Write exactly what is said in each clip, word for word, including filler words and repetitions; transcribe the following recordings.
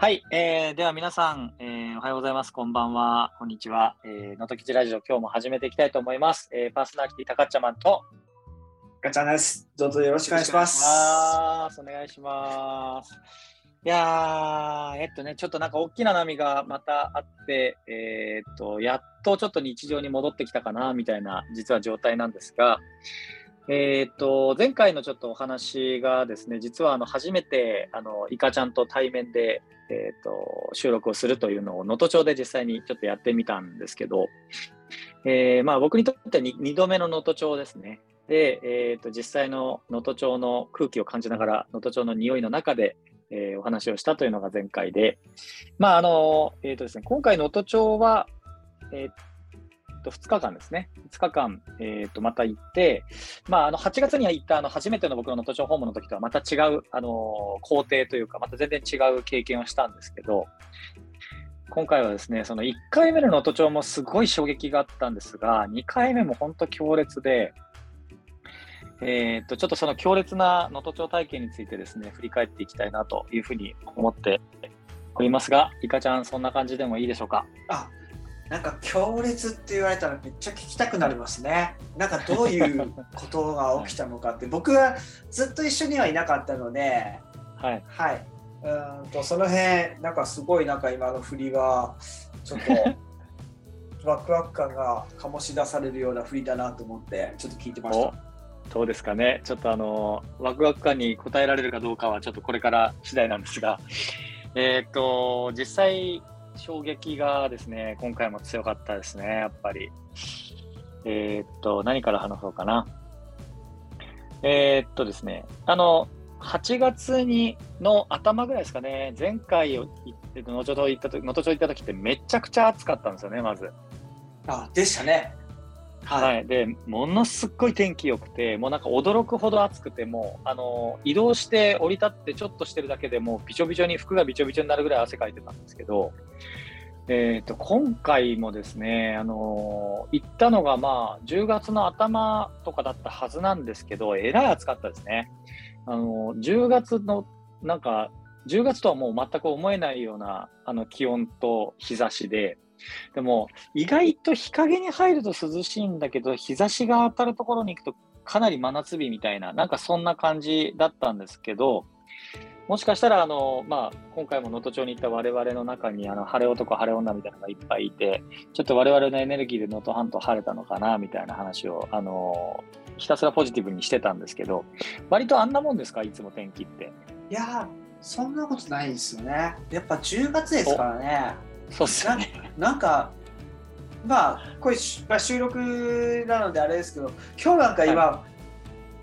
はい、えー、では皆さん、えー、おはようございます。こんばんは。こんにちは。えー、のときちラジオ、今日も始めていきたいと思います。えー、パーソナリティ、たかっちゃまんと、 ガチャンです。どうぞよろしくお願いします。 お願いします。いやー、えっとね、ちょっとなんか大きな波がまたあって、えー、っと、やっとちょっと日常に戻ってきたかな、みたいな、実は状態なんですが、えーっと、前回のちょっとお話がですね、実はあの初めてあのイカちゃんと対面で、えーっと収録をするというのを能登町で実際にちょっとやってみたんですけど、えーまあ、僕にとっては 2, 度目の能登町ですね。で、えーっと実際の能登町の空気を感じながら、能登町の匂いの中で、えーお話をしたというのが前回で、まああのえーっとですね、今回能登町は、えーふつかかんですね。ふつかかん、えー、とまた行って、まあ、あのはちがつには行ったあの初めての僕の能登町訪問の時とはまた違う、あの工程というか、また全然違う経験をしたんですけど、今回はですね、そのいっかいめの能登町もすごい衝撃があったんですが、にかいめも本当強烈で、えー、とちょっとその強烈な能登町体験についてですね、振り返っていきたいなというふうに思っておりますが、いかちゃん、そんな感じでもいいでしょうか。 あ、なんか強烈って言われたらめっちゃ聞きたくなりますね。なんかどういうことが起きたのかって、僕はずっと一緒にはいなかったので、 はい。 はい。うーんとその辺なんかすごいなんか今の振りはちょっとワクワク感が醸し出されるような振りだなと思ってちょっと聞いてました。 そうですかね。ちょっとあのワクワク感に応えられるかどうかはちょっとこれから次第なんですが、えっと実際衝撃がですね、今回も強かったですね、やっぱり。えっと何から話そうかな。えっとですね、あのはちがつにの頭ぐらいですかね。前回を行って能登町行った時、能登町行った時ってめちゃくちゃ暑かったんですよね、まず。 あ、でしたね。 はい、はい、でものすっごい天気良くて、もうなんか驚くほど暑くて、もうあの移動して降り立ってちょっとしてるだけでもうびちょびちょに服がびちょびちょになるぐらい汗かいてたんですけど、えー、と今回もですね、あの行ったのがまあじゅうがつの頭とかだったはずなんですけど、えらい暑かったですね。あのじゅうがつのなんかじゅうがつとはもう全く思えないようなあの気温と日差しで、でも意外と日陰に入ると涼しいんだけど、日差しが当たるところに行くとかなり真夏日みたいな、なんかそんな感じだったんですけど、もしかしたらあの、まあ、今回も能登町に行った我々の中にあの晴れ男晴れ女みたいなのがいっぱいいて、ちょっと我々のエネルギーで能登半島晴れたのかなみたいな話をあのひたすらポジティブにしてたんですけど、割とあんなもんですか、いつも天気って。 いやー、そんなことないですよね。やっぱじゅうがつですからね。 そうっすよね。 な, なんかまあこれ、まあ、収録なのであれですけど、今日なんか今、はい、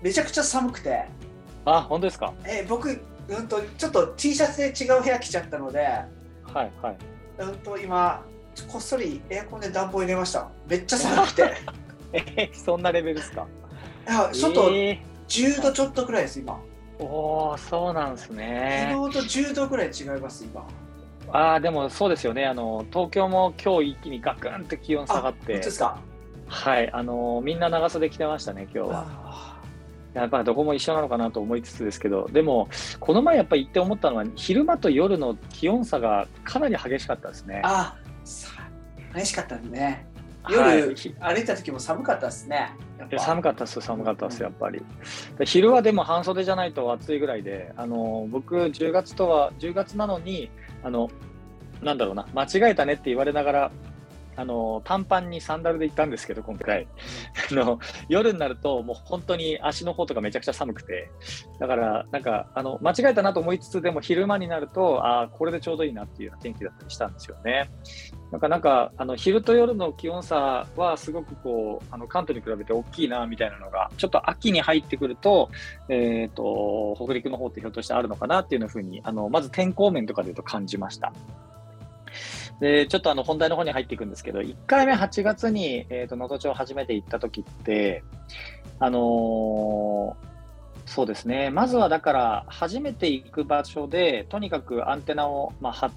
めちゃくちゃ寒くて。 あ、本当ですか。 えー、僕、うんとちょっと T シャツで違う部屋着ちゃったので、 はいはい。 うんと今こっそりエアコンで暖房入れました。めっちゃ寒くて。 えー、そんなレベルですか。 いや、外じゅうどちょっとくらいです、今。 おー、そうなんですね。 昨日とじゅうどくらい違います、今。 ああ、でもそうですよね。あの東京も今日一気にガクンと気温下がって。 本当ですか。 はい、あのみんな長袖着てましたね、今日は。やっぱりどこも一緒なのかなと思いつつですけど、でもこの前やっぱり行って思ったのは、昼間と夜の気温差がかなり激しかったですね。 ああ、激しかったんでね。夜、はい、歩いた時も寒かったですね。 やっぱ寒かったです寒かったです、やっぱり。昼はでも半袖じゃないと暑いぐらいで、あの僕じゅうがつとはじゅうがつなのに、あのなんだろうな、間違えたねって言われながら、あの短パンにサンダルで行ったんですけど、今回あの夜になるともう本当に足の方とかめちゃくちゃ寒くて、だからなんかあの間違えたなと思いつつ、でも昼間になるとあこれでちょうどいいなっていうような天気だったりしたんですよね。なんかなんかあの昼と夜の気温差はすごくこうあの関東に比べて大きいなみたいなのが、ちょっと秋に入ってくると、えーと北陸の方ってひょっとしてあるのかなっていうふうに、あのまず天候面とかでいうと感じました。でちょっとあの本題の方に入っていくんですけど、いっかいめはちがつに能登、えー、町初めて行った時って、あのー、そうですね、まずはだから初めて行く場所でとにかくアンテナを、まあ、張って、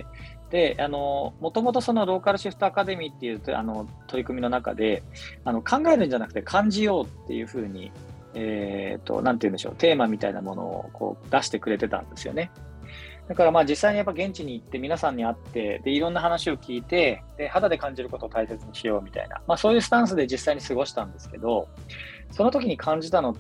であのもともとそのローカルシフトアカデミーっていうあの取り組みの中で、あの考えるんじゃなくて感じようっていうふうに、えーと、なんて言うんでしょう、テーマみたいなものをこう出してくれてたんですよね。 だからまあ実際にやっぱ現地に行って皆さんに会って、でいろんな話を聞いて、で肌で感じることを大切にしようみたいな、まあ、そういうスタンスで実際に過ごしたんですけど、その時に感じたのって、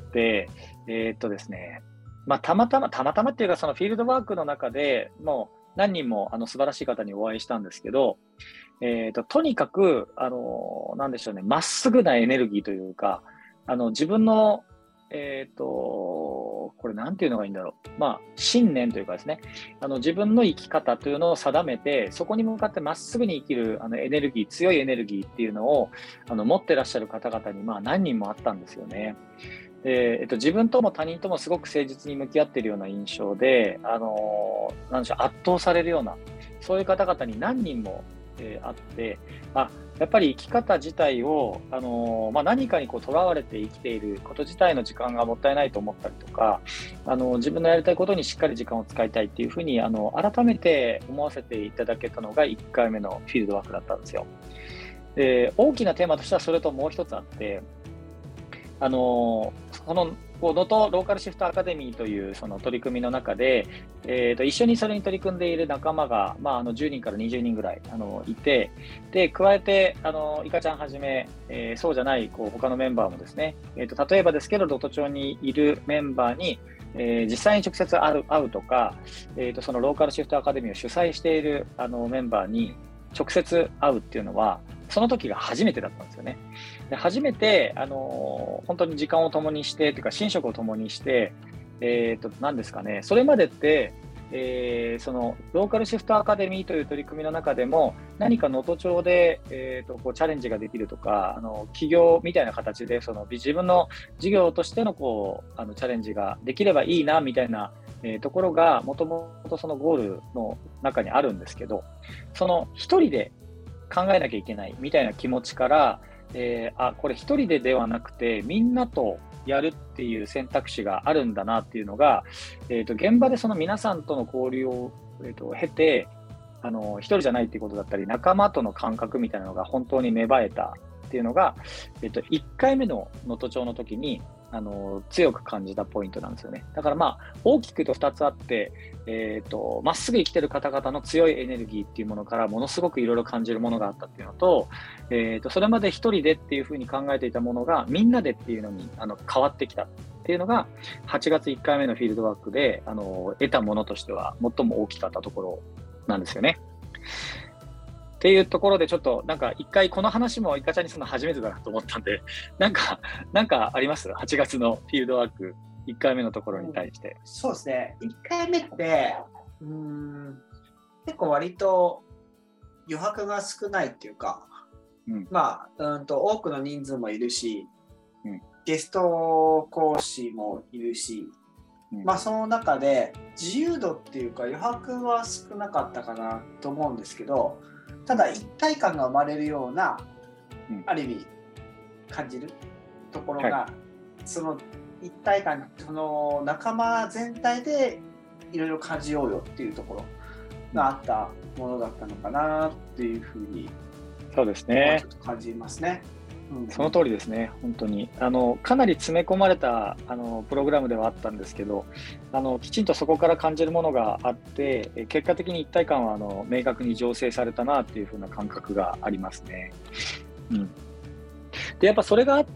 えーっとですね、まあ、たまたま、たまたまっていうか、そのフィールドワークの中でもう何人もあの素晴らしい方にお会いしたんですけど、えーっと、とにかく、あの、なんでしょうね、まっすぐなエネルギーというか、あの自分のえっと、これなんていうのがいいんだろう。まあ、信念というかですね、あの自分の生き方というのを定めて、そこに向かってまっすぐに生きるあのエネルギー、強いエネルギーっていうのをあの持ってらっしゃる方々に、まあ、何人もあったんですよね。で、えっと、自分とも他人ともすごく誠実に向き合っているような印象で、あの、なんでしょう、圧倒されるような、そういう方々に何人も、えーあって、あ、やっぱり生き方自体を、あのーまあ、何かにこう囚われて生きていること自体の時間がもったいないと思ったりとか、あのー自分のやりたいことにしっかり時間を使いたいっていうふうに、あのー改めて思わせていただけたのがいっかいめのフィールドワークだったんですよ。で、大きなテーマとしてはそれともう一つあって、あのその能登ローカルシフトアカデミーというその取り組みの中で、えー、と一緒にそれに取り組んでいる仲間が、まあ、あのじゅうにんからにじゅうにんぐらいあのいて、で加えてあのいかちゃんはじめ、えー、そうじゃないこう他のメンバーもですね、えー、と例えばですけど能登町にいるメンバーに、えー、実際に直接会う、会うとか、えー、とそのローカルシフトアカデミーを主催しているあのメンバーに直接会うっていうのはその時が初めてだったんですよね。で初めて、あのー本当に時間を共にして、というか、寝食を共にして、えーと、何ですかね、それまでって、えーそのローカルシフトアカデミーという取り組みの中でも、何か能登町で、えーと、こうチャレンジができるとか、あの起業みたいな形で、その自分の事業としてのこうあのチャレンジができればいいなみたいな、えーところが、もともとそのゴールの中にあるんですけど、その一人で考えなきゃいけないみたいな気持ちから、えー、あ、これ一人でではなくてみんなとやるっていう選択肢があるんだなっていうのが、えーと、現場でその皆さんとの交流を、えーと、経て、あの一人じゃないっていうことだったり、仲間との感覚みたいなのが本当に芽生えたっていうのが、えーと、いっかいめの能登町の時にあの強く感じたポイントなんですよね。だからまあ大きく言うとふたつあって、えーと、まっすぐ生きてる方々の強いエネルギーっていうものからものすごくいろいろ感じるものがあったっていうのと、えーと、それまで一人でっていうふうに考えていたものがみんなでっていうのにあの変わってきたっていうのがはちがついっかいめのフィールドワークであの得たものとしては最も大きかったところなんですよね。っていうところでちょっとなんか一回この話もいかちゃんにするの初めてだなと思ったんで、なんか、なんかあります ?はち 月のフィールドワークいっかいめのところに対して。 うん、そうですね。いっかいめって、うーん、結構割と余白が少ないっていうか、うん、まあ、うんと多くの人数もいるし、うん、ゲスト講師もいるし、うん、まあその中で自由度っていうか余白は少なかったかなと思うんですけど、ただ一体感が生まれるような、うん、ある意味感じるところが、はい、その一体感、その仲間全体でいろいろ感じようよっていうところがあったものだったのかなっていうふうに、 そうですね、 ちょっと感じますね。 うん、その通りですね、本当にあのかなり詰め込まれたあのプログラムではあったんですけど、あのきちんとそこから感じるものがあって、結果的に一体感はあの明確に醸成されたなっていう風な感覚がありますね。うん、でやっぱそれがあって、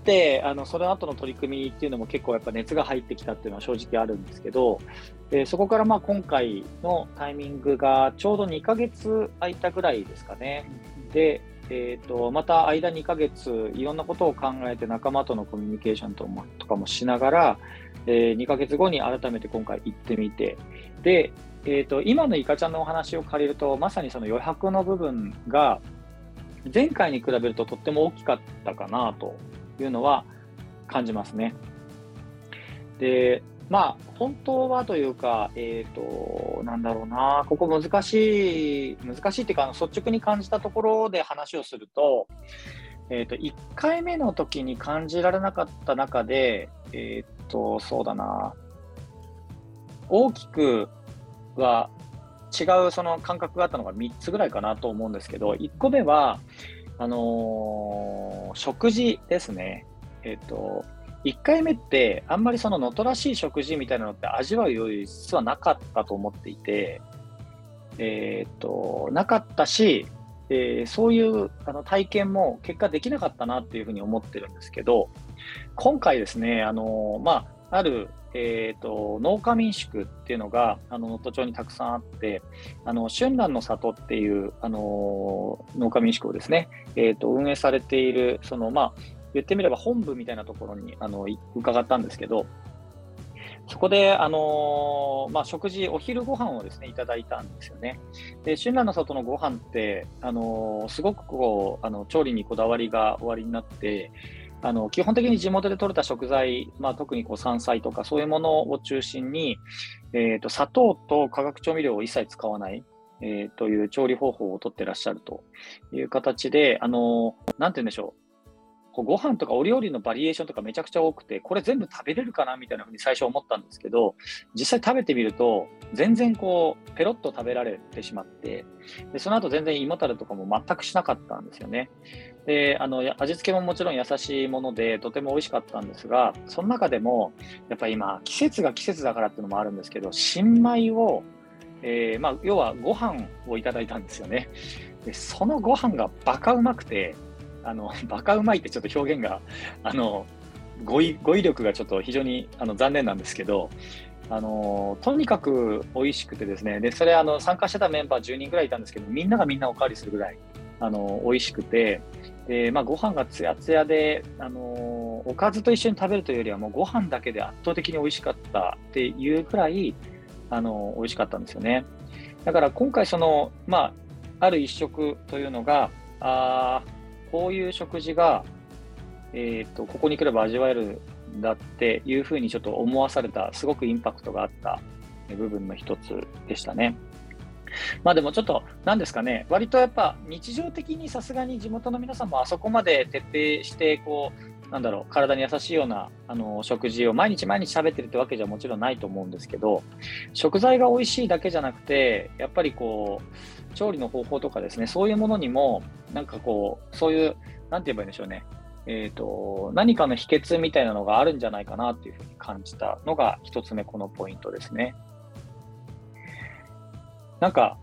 あのその後の取り組みっていうのも結構やっぱ熱が入ってきたっていうのは正直あるんですけど、えー、そこからまあ今回のタイミングがちょうどにかげつ空いたぐらいですかね。でえー、とまた間にかげついろんなことを考えて仲間とのコミュニケーションともとかもしながら、えー、にかげつごに改めて今回行ってみて、で、えー、と今のいかちゃんのお話を借りると、まさにその余白の部分が前回に比べるととっても大きかったかなというのは感じますね。でまあ、本当はというか、えっと、なんだろうな、ここ難しい、難しいっていうか、率直に感じたところで話をすると、えっと、いっかいめの時に感じられなかった中で、えっと、そうだな、大きくは違うその感覚があったのがみっつぐらいかなと思うんですけど、いっこめは、あのー、食事ですね。えっと、いっかいめってあんまりその能登らしい食事みたいなのって味わう余裕実はなかったと思っていて、 えー、っとなかったし、えー、そういうあの体験も結果できなかったなっていうふうに思ってるんですけど、今回ですね、あのまあ、ある、えー、と農家民宿っていうのがあの能登町にたくさんあって、あの春蘭の里っていうあの農家民宿をですね、えー、と運営されている、そのまあ言ってみれば本部みたいなところにあの伺ったんですけど、そこで、あのーまあ、食事、お昼ご飯をですね、いただいたんですよね。で、春蘭の里のご飯って、あのーすごくこう、あの、調理にこだわりがおありになって、あの、基本的に地元で採れた食材、まあ、特にこう山菜とかそういうものを中心に、えっと、砂糖と化学調味料を一切使わない、えーという調理方法をとってらっしゃるという形で、あのーなんて言うんでしょう。こうご飯とかお料理のバリエーションとかめちゃくちゃ多くて、これ全部食べれるかなみたいなふうに最初思ったんですけど、実際食べてみると、全然こう、ペロッと食べられてしまって、でその後全然胃もたれとかも全くしなかったんですよね。で、あの、や味付けももちろん優しいもので、とても美味しかったんですが、その中でも、やっぱり今、季節が季節だからっていうのもあるんですけど、新米を、えーまあ、要はご飯をいただいたんですよね。で、そのご飯がバカうまくて、あのバカうまいってちょっと表現があの語彙、語彙力がちょっと非常にあの残念なんですけど、あのとにかく美味しくてですね、でそれあの参加してたメンバーじゅうにんぐらいいたんですけど、みんながみんなおかわりするぐらいあの美味しくて、で、まあ、ご飯がつやつやで、あのおかずと一緒に食べるというよりはもうご飯だけで圧倒的に美味しかったっていうくらいあの美味しかったんですよね。だから今回その、まあ、ある一食というのが、あこういう食事が、えーと、ここに来れば味わえるんだっていうふうにちょっと思わされた、すごくインパクトがあった部分の一つでしたね。まあでもちょっと、なんですかね、割とやっぱ日常的にさすがに地元の皆さんもあそこまで徹底して、こう、なんだろう、体に優しいようなあの食事を毎日毎日食べてるってわけじゃもちろんないと思うんですけど、食材が美味しいだけじゃなくて、やっぱりこう、調理の方法とかですね、そういうものにも、なんかこう、そういう、なんて言えばいいんでしょうね、えーと、何かの秘訣みたいなのがあるんじゃないかなっていうふうに感じたのが一つ目、このポイントですね。なんか、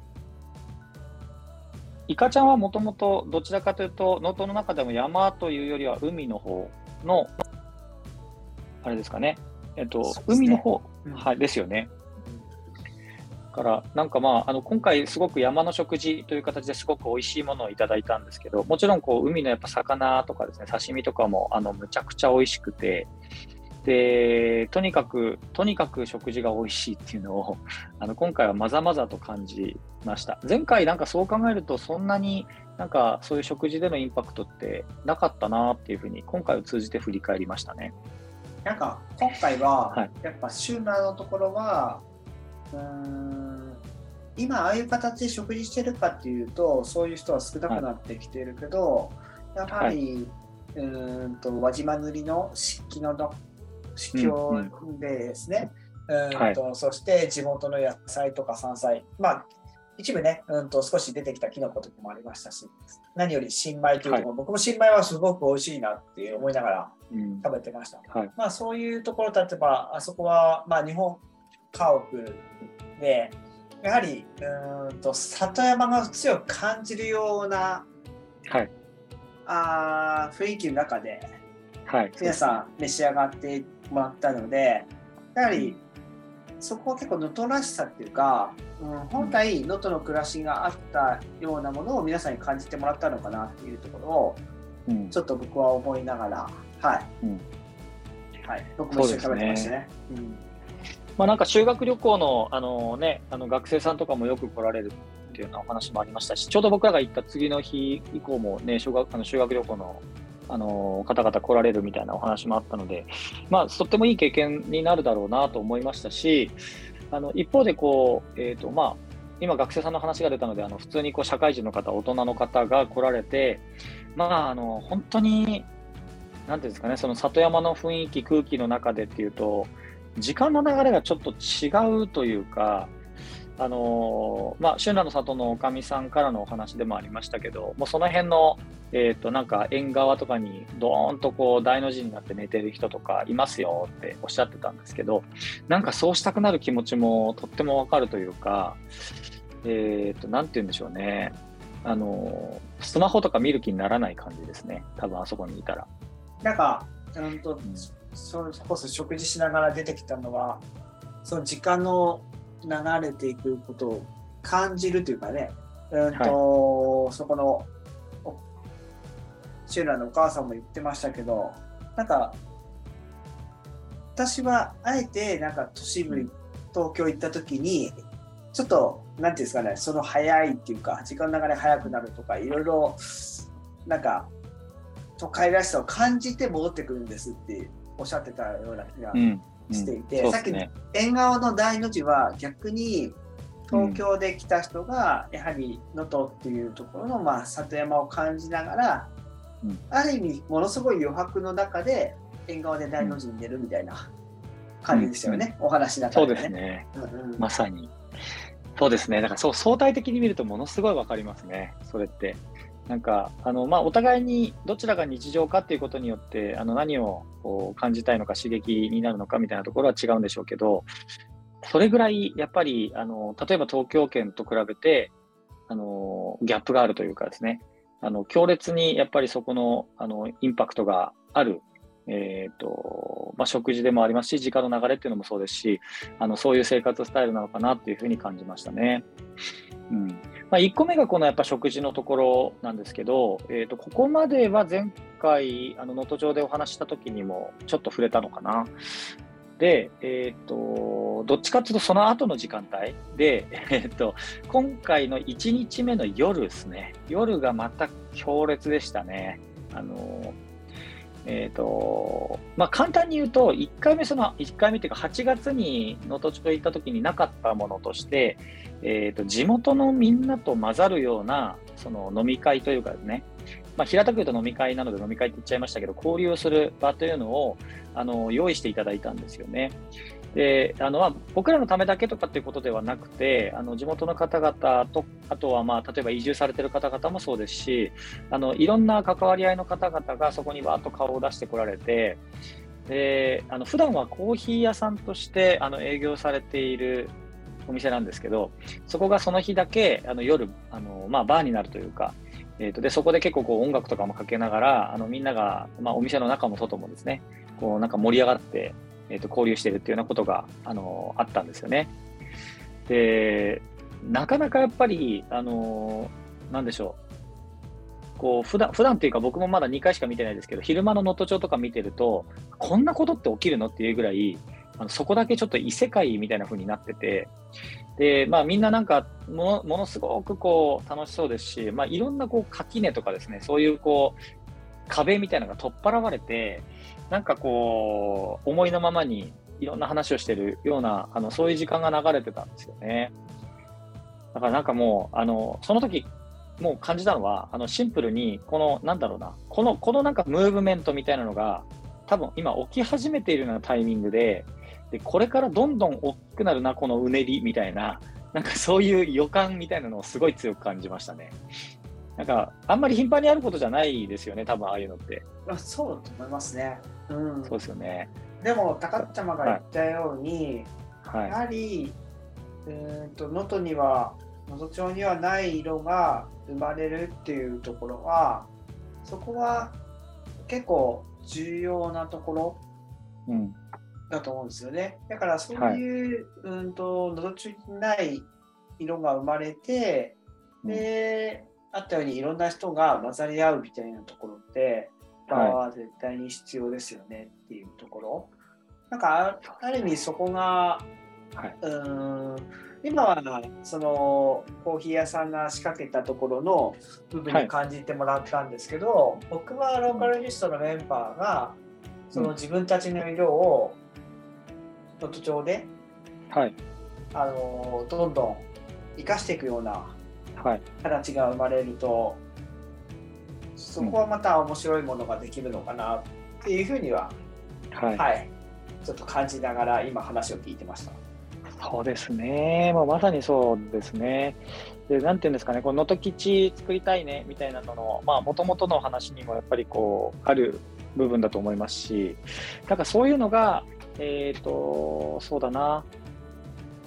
イカちゃんはもともとどちらかというと、能登の中でも山というよりは海の方の、あれですかね、えっと、ね、海の方、うん、はい、ですよね。から、なんかまあ、あの、今回すごく山の食事という形ですごく美味しいものをいただいたんですけど、もちろんこう、海のやっぱ魚とかですね、刺身とかも、あの、むちゃくちゃ美味しくて、で、とにかく、とにかく食事が美味しいっていうのを、あの、今回はまざまざと感じました。前回なんかそう考えると、そんなになんかそういう食事でのインパクトってなかったなっていうふうに、今回を通じて振り返りましたね。 なんか、今回は、はい、やっぱ、シューナーのところは、うーん今ああいう形で食事してるかっていうとそういう人は少なくなってきているけど、はい、やはり、はい、うーんと輪島塗の漆器の漆器でですね、うんうん、うんと、はい、そして地元の野菜とか山菜、まあ一部ね、うんと少し出てきたキノコとかもありましたし、何より新米というところ、はい、僕も新米はすごく美味しいなって思いながら食べてました、うんはい、まあそういうところ、例えばあそこはまあ日本家屋でやはりうーんと里山が強く感じるような、はい、あ雰囲気の中で、はい、皆さん召し上がってもらったので、やはりそこは結構能登らしさっていうか、うん、本来能登の暮らしがあったようなものを皆さんに感じてもらったのかなっていうところを、うん、ちょっと僕は思いながら、はい、うんはい、僕も一緒に食べてましたね。 まあ、なんか修学旅行の、あのね、あの学生さんとかもよく来られるっていうようなお話もありましたし、ちょうど僕らが行った次の日以降もね、修学、あの修学旅行の、あの方々来られるみたいなお話もあったので、まあ、とってもいい経験になるだろうなと思いましたし、あの一方でこう、えーとまあ、今学生さんの話が出たので、あの普通にこう社会人の方、大人の方が来られて、まあ、あの本当に、なんていうんですかね、その里山の雰囲気、空気の中でっていうと、時間の流れがちょっと違うというか、あのー、まあ、春蘭の里のおかみさんからのお話でもありましたけど、もうその辺の、えっと、なんか縁側とかにドーンとこう大の字になって寝てる人とかいますよっておっしゃってたんですけど、なんかそうしたくなる気持ちもとってもわかるというか、 えっと、なんて言うんでしょうね。あの、スマホとか見る気にならない感じですね。多分あそこにいたら。 なんか、うんと、 うん、 それこそ食事しながら出てきたのは、その時間の流れていくことを感じるというかね、うんと、はい、そこのシューラのお母さんも言ってましたけど、なんか私はあえてなんか都市部、東京行った時にちょっとなんていうんですかね、その早いっていうか時間の流れ早くなるとかいろいろなんか都会らしさを感じて戻ってくるんですっておっしゃってたような気がしていて、うんうん、さっき縁側の大の字は逆に東京で来た人がやはり能登っていうところのまあ里山を感じながら、うん、ある意味ものすごい余白の中で縁側で大の字に出るみたいな感じですよね、うんうん、お話だったらね。 そうですね、うんうん、まさにそうですね。だからそう相対的に見るとものすごいわかりますね、それって。なんかあの、まあ、お互いにどちらが日常かっていうことによってあの何をこう感じたいのか刺激になるのかみたいなところは違うんでしょうけど、それぐらいやっぱりあの例えば東京圏と比べてあのギャップがあるというかですね、あの強烈にやっぱりそこのあのインパクトがある、えーとまあ、食事でもありますし、時間の流れっていうのもそうですし、あのそういう生活スタイルなのかなっていうふうに感じましたね。うんまあ、いっこめがこのやっぱ食事のところなんですけど、えーとここまでは前回あの能登町でお話した時にもちょっと触れたのかな。で、えー、とどっちかというとその後の時間帯で、えー、と今回のいちにちめの夜ですね、夜がまた強烈でしたね。あのえーとまあ、簡単に言うといっかいめそのいっかいめというかはちがつに能登町行った時になかったものとして、えー、と地元のみんなと混ざるようなその飲み会というかですね、まあ、平たく言うと飲み会なので飲み会って言っちゃいましたけど、交流をする場というのをあの用意していただいたんですよね。であの、まあ、僕らのためだけとかっていうことではなくて、あの地元の方々と、あとは、まあ、例えば移住されている方々もそうですし、あのいろんな関わり合いの方々がそこにわーっと顔を出してこられて、であの普段はコーヒー屋さんとしてあの営業されているお店なんですけど、そこがその日だけあの夜あの、まあ、バーになるというか、えー、とでそこで結構こう音楽とかもかけながら、あのみんなが、まあ、お店の中も外もですね、こうなんか盛り上がって、えー、と交流しているっていうようなことが、あのあったんですよね。でなかなかやっぱり、あのなんでしょう、こう普段普段っていうか僕もまだにかいしか見てないですけど、昼間の能登町とか見てるとこんなことって起きるのっていうぐらい、あのそこだけちょっと異世界みたいな風になってて、で、まあ、みんななんかもの、ものすごくこう楽しそうですし、まあ、いろんなこう垣根とかですね、そういうこう壁みたいなのが取っ払われて、なんかこう思いのままにいろんな話をしているような、あのそういう時間が流れてたんですよね。だからなんかもうあのその時もう感じたのは、あのシンプルにこのなんだろうな、このこのなんかムーブメントみたいなのが多分今起き始めているようなタイミングで、でこれからどんどん大きくなるな、このうねりみたいな、なんかそういう予感みたいなのをすごい強く感じましたね。なんかあんまり頻繁にあることじゃないですよね、多分ああいうのって。 あ、そうだと思いますね。うん、 そうですよね。 でも高っちゃまが言ったように、 はい、 やはり能登には能登町にはない色が生まれるっていうところは、そこは結構重要なところ、うんだと思うんですよね。だからそういう、はい、うんとのどちにない色が生まれて、で、うん、あったようにいろんな人が混ざり合うみたいなところって、はい、絶対に必要ですよねっていうところ。なんかある意味そこが、はい、うん今はそのコーヒー屋さんが仕掛けたところの部分に感じてもらったんですけど、はい、僕はローカルリストのメンバーがその自分たちの色を能登町で、はい、あのどんどん生かしていくような形が生まれると、はい、そこはまた面白いものができるのかなっていうふうには、はいはい、ちょっと感じながら今話を聞いてました。 そうですね、まあ、まさにそうですね。で、なんていうんですかね、この能登基地作りたいねみたいなのの、まあ、元々の話にもやっぱりこうある部分だと思いますし、だからそういうのがえーと、そうだな、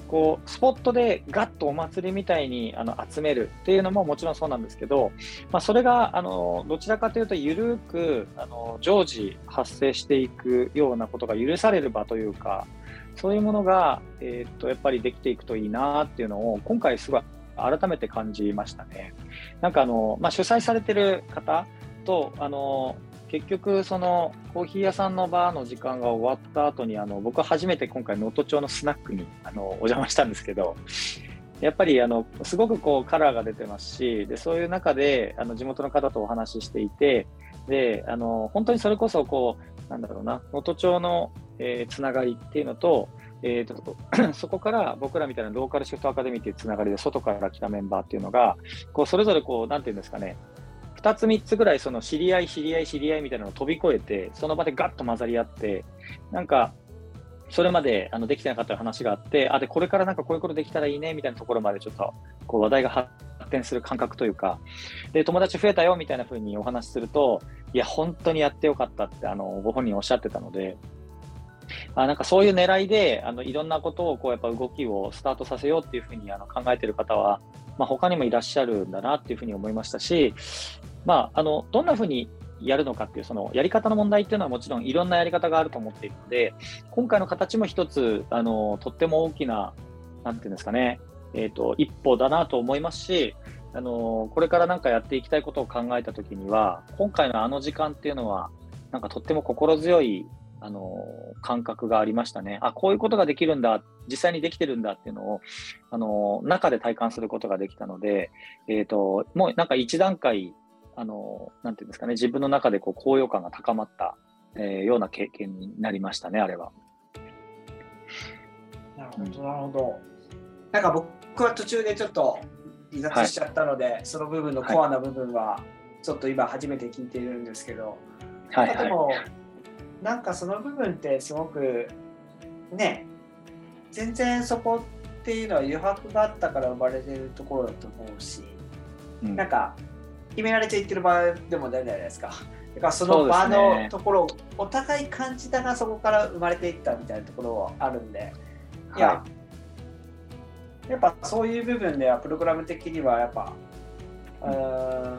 こうスポットでガッとお祭りみたいにあの集めるっていうのももちろんそうなんですけど、まあ、それがあのどちらかというと緩くあの常時発生していくようなことが許される場というか、そういうものが、えー、っとやっぱりできていくといいなっていうのを今回すごい改めて感じましたね。なんかあの、まあ、主催されてる方とあの結局そのコーヒー屋さんのバーの時間が終わった後にあの僕は初めて今回能登町のスナックにあのお邪魔したんですけど、やっぱりあのすごくこうカラーが出てますし、でそういう中であの地元の方とお話ししていて、であの本当にそれこそこうなんだろうな、能登町の、えー、つながりっていうのと、えー、とそこから僕らみたいなローカルシフトアカデミーっていうつながりで外から来たメンバーっていうのがこうそれぞれこうなんていうんですかね、ふたつみっつぐらいその知り合い知り合い知り合いみたいなのを飛び越えてその場でガッと混ざり合って、なんかそれまであのできてなかった話があって、あでこれからなんかこういうことできたらいいねみたいなところまでちょっとこう話題が発展する感覚というか、で友達増えたよみたいな風にお話しすると、いや本当にやってよかったってあのご本人おっしゃってたので、あなんかそういう狙いであのいろんなことをこうやっぱ動きをスタートさせようっていう風にあの考えている方は、まあ、他にもいらっしゃるんだなっていう風に思いましたし、まあ、あのどんな風にやるのかっていうそのやり方の問題っていうのはもちろんいろんなやり方があると思っているので、今回の形も一つあのとっても大きななんていうんですかね、えーと、一歩だなと思いますし、あのこれからなんかやっていきたいことを考えたときには今回のあの時間っていうのはなんかとっても心強いあの感覚がありましたね。あ、こういうことができるんだ、実際にできてるんだっていうのをあの中で体感することができたので、えーと、もうなんか一段階あのなんていうんですかね、自分の中でこう高揚感が高まった、えー、ような経験になりましたね、あれは。 なるほど、なるほど。なんか僕は途中でちょっと離脱しちゃったので、はい、その部分のコアな部分はちょっと今初めて聞いているんですけど、はいはい、でもなんかその部分ってすごくね、全然そこっていうのは余白があったから生まれてるところだと思うし、うん、なんか決められていってる場合でもないじゃないですか。だからその場のところをお互い感じたがそこから生まれていったみたいなところはあるんで、いや、はい、やっぱそういう部分ではプログラム的にはやっぱ、うん、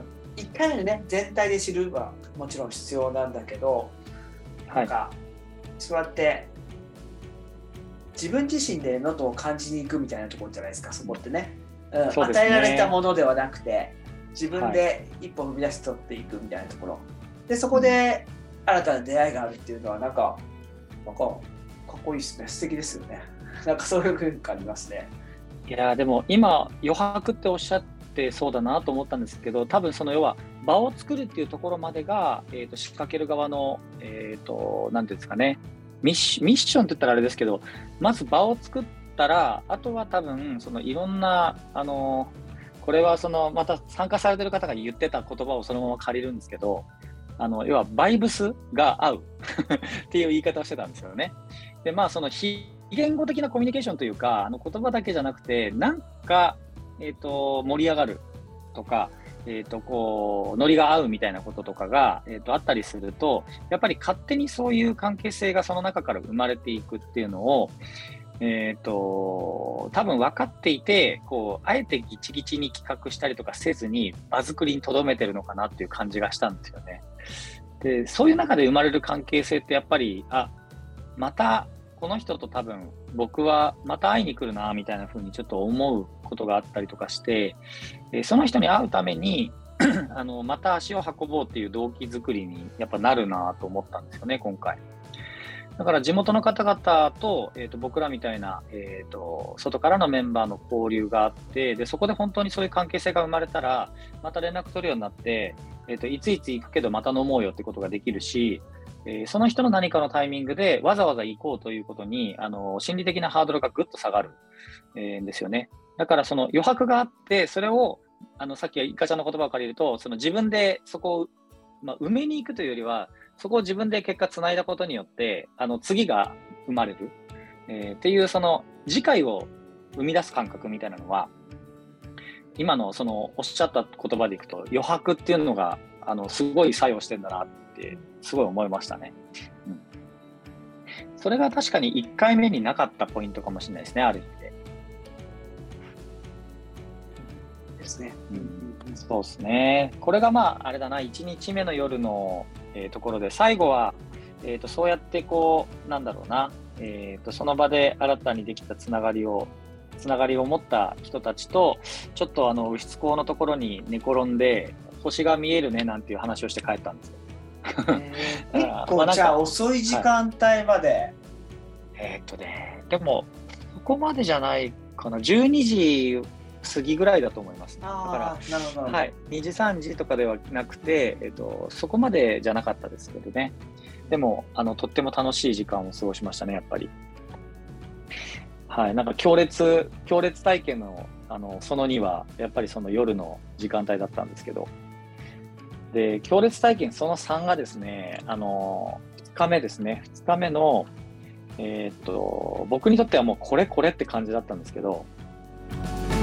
いっかい目ね全体で知るはもちろん必要なんだけど、なんかそうやって自分自身で能登を感じに行くみたいなところじゃないですか、そこってね、うん、与えられたものではなくて自分で一歩踏み出して取っていくみたいなところ、はい、でそこで新たな出会いがあるっていうのはなんかなんかかっこいいですね、素敵ですよね。なんかそういう風に感じますね。 いやでも今余白っておっしゃってそうだなと思ったんですけど、多分その要は場を作るっていうところまでが、えー、と仕掛ける側の、えー、となんていうんですかね、ミッシ、ミッションって言ったらあれですけど、まず場を作ったらあとは多分そのいろんなあのこれはそのまた参加されてる方が言ってた言葉をそのまま借りるんですけど、あの要はバイブスが合うっていう言い方をしてたんですよね。でまあその非言語的なコミュニケーションというか、あの言葉だけじゃなくてなんか、えー、と盛り上がるとか、えー、とこうノリが合うみたいなこととかが、えー、とあったりすると、やっぱり勝手にそういう関係性がその中から生まれていくっていうのを、えー、と多分分かっていて、こうあえてギチギチに企画したりとかせずに場作りにとどめてるのかなっていう感じがしたんですよね。でそういう中で生まれる関係性ってやっぱり、あまたこの人と多分僕はまた会いに来るなみたいな風にちょっと思うことがあったりとかして、その人に会うためにあのまた足を運ぼうっていう動機づくりにやっぱなるなと思ったんですよね、今回。だから地元の方々と、えー、と僕らみたいな、えー、と外からのメンバーの交流があって、でそこで本当にそういう関係性が生まれたらまた連絡取るようになって、えー、といついつ行くけどまた飲もうよってことができるし、えー、その人の何かのタイミングでわざわざ行こうということにあの心理的なハードルがぐっと下がる、えー、んですよね。だからその余白があって、それをあのさっきイカちゃんの言葉を借りると、その自分でそこを、まあ、埋めに行くというよりはそこを自分で結果つないだことによってあの次が生まれる、えー、っていうその次回を生み出す感覚みたいなのは、今のそのおっしゃった言葉でいくと余白っていうのがあのすごい作用してんだなってすごい思いましたね、うん、それが確かにいっかいめになかったポイントかもしれないですね、ある意味で。 ですね。 うん、そうですね。これがまああれだな、いちにちめの夜の、えー、ところで、最後は、えー、とそうやってこうなんだろうな、えー、とその場で新たにできたつながりをつながりを持った人たちとちょっとあの牛津港のところに寝転んで星が見えるねなんていう話をして帰ったんですよ。 えー、結構じゃあ遅い時間帯まで、はい、 えー、っとねでもそこまでじゃないかな、じゅうにじ過ぎぐらいだと思います。だからなるほど、 はい、にじさんじとかではなくて、えー、っとそこまでじゃなかったですけどね。でもあのとっても楽しい時間を過ごしましたね、やっぱり。はい、なんか強烈強烈体験のあのそのにはやっぱりその夜の時間帯だったんですけど、で強烈体験そのさんがですね、あのふつかめですね、ふつかめのえー、っと僕にとってはもうこれこれって感じだったんですけど。